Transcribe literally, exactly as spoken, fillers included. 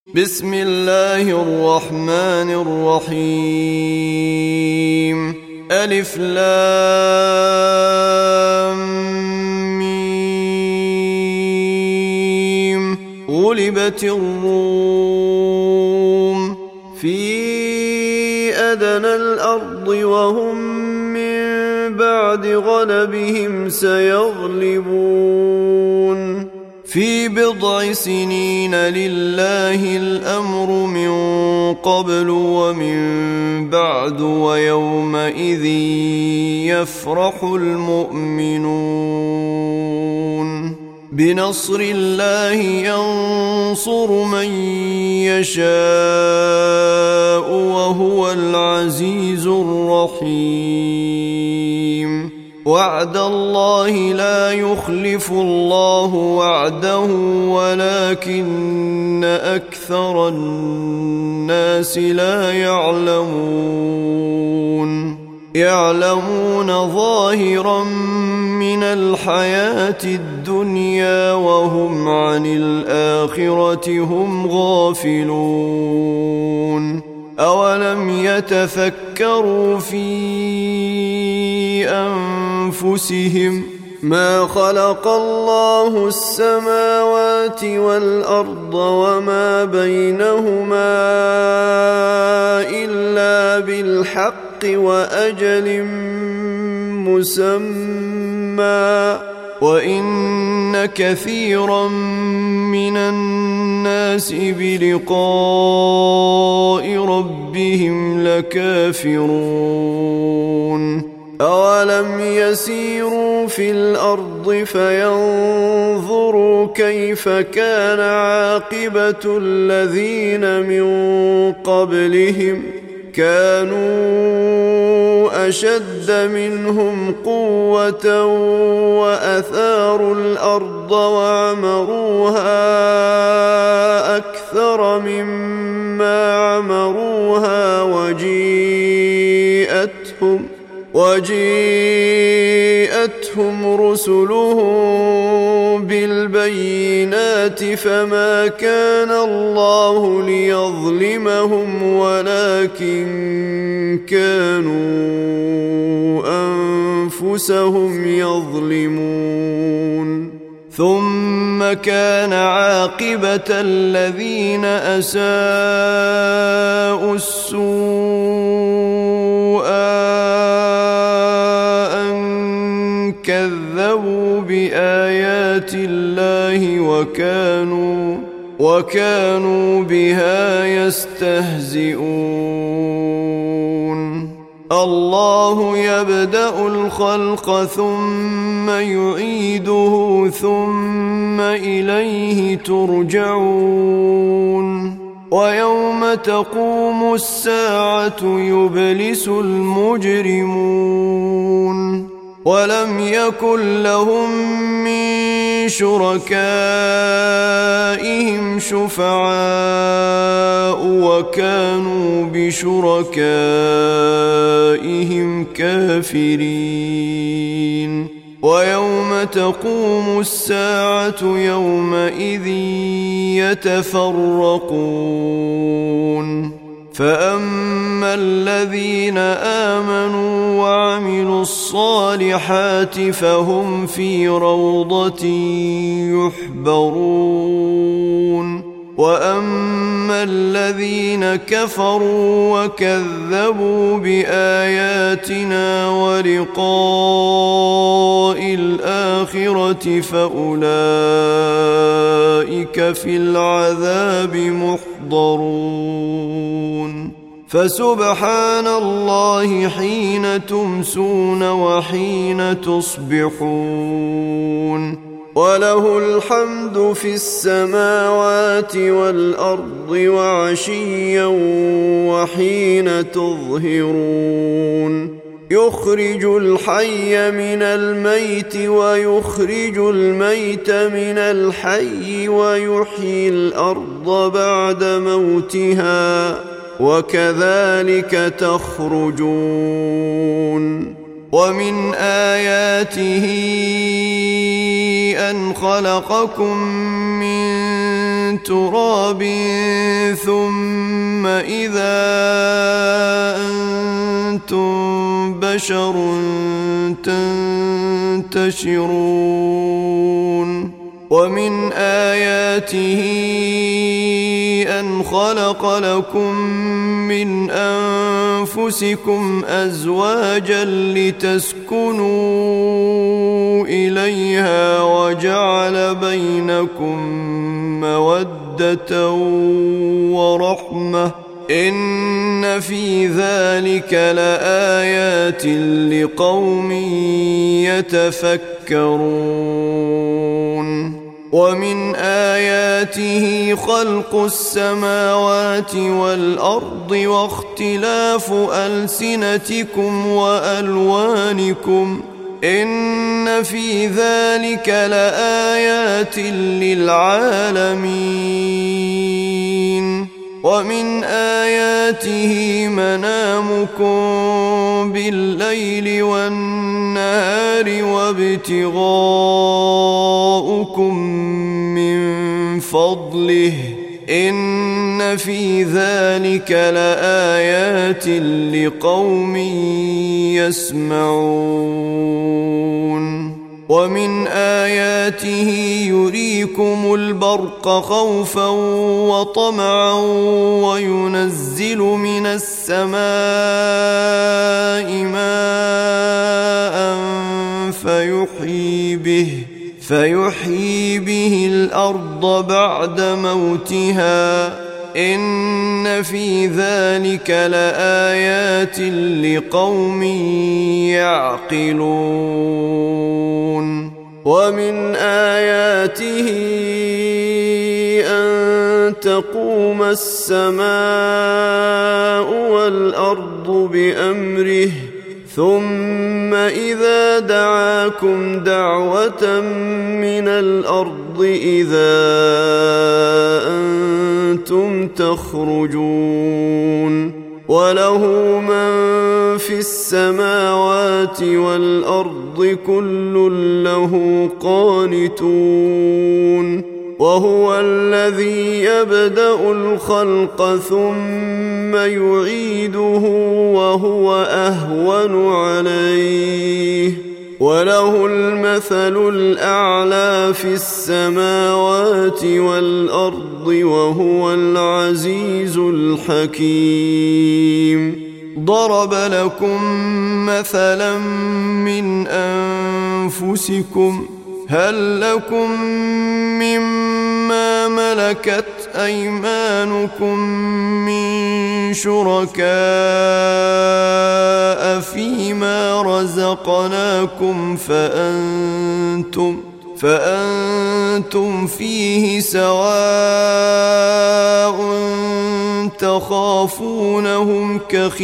بسم الله الرحمن الرحيم ألف لام ميم غلبت الروم في أدنى الأرض وهم من بعد غلبهم سيغلبون في بضع سنين لله الأمر من قبل ومن بعد ويومئذ يفرح المؤمنون بنصر الله ينصر من يشاء وهو العزيز الرحيم وعد الله لا يخلف الله وعده ولكن أكثر الناس لا يعلمون يعلمون ظاهرا من الحياة الدنيا وهم عن الآخرة هم غافلون أولم يتفكروا في أنفسهم ما خلق الله السماوات والأرض وما بينهما إلا بالحق وأجل مسمى وإن كثيرا من الناس بلقاء ربهم لكافرون أولم يسيروا في الأرض فينظروا كيف كان عاقبة الذين من قبلهم كانوا أشد منهم قوة وأثاروا الأرض وعمروها أكثر مما عمروها وجيءتهم وجيءتهم رسلهم بالبينات فما كان الله ليظلمهم ولكن كانوا أنفسهم يظلمون ثم كان عاقبة الذين أساءوا السوء كذبوا بآيات الله وكانوا وكانوا بها يستهزئون الله يبدأ الخلق ثم يعيده ثم إليه ترجعون ويوم تقوم الساعة يبلس المجرمون ولم يكن لهم من شركائهم شفعاء وكانوا بشركائهم كافرين ويوم تقوم الساعة يومئذ يتفرقون فأما الذين آمنوا وعملوا الصالحات فهم في روضة يحبرون وأما الذين كفروا وكذبوا بآياتنا ولقاء الآخرة فأولئك في العذاب محضرون فسبحان الله حين تمسون وحين تصبحون وله الحمد في السماوات والأرض وعشيا وحين تظهرون يخرج الحي من الميت ويخرج الميت من الحي ويحيي الأرض بعد موتها وكذلك تخرجون ومن آياته أن خلقكم من تراب ثم إذا أنتم بشر تنتشرون ومن آياته أن خلق لكم من أنفسكم أزواجا لتسكنوا إليها وجعل بينكم مودة ورحمة إن في ذلك لآيات لقوم يتفكرون ومن آياته خلق السماوات والأرض واختلاف ألسنتكم وألوانكم إن في ذلك لآيات للعالمين ومن آياته منامكم بالليل والنهار وابتغاؤكم من فضله إن في ذلك لآيات لقوم يسمعون ومن آياته يريكم البرق خوفا وطمعا وينزل من السماء ماء فيحيي به فيحيي به الأرض بعد موتها إن في ذلك لآيات لقوم يعقلون ومن آياته أن تقوم السماء والأرض بأمره ثم إذا دعاكم دعوة من الأرض إذا أنتم تخرجون وله من في السماوات والأرض كل له قانتون وهو الذي يبدأ الخلق ثم يعيده وهو أهون عليه وله المثل الأعلى في السماوات والأرض وهو العزيز الحكيم ضرب لكم مثلا من أنفسكم هل لكم مما ملكت أيمانكم من شركاء فيما رزقناكم فأنتم فأنتم فيه سواء تخافونهم كخيفتكم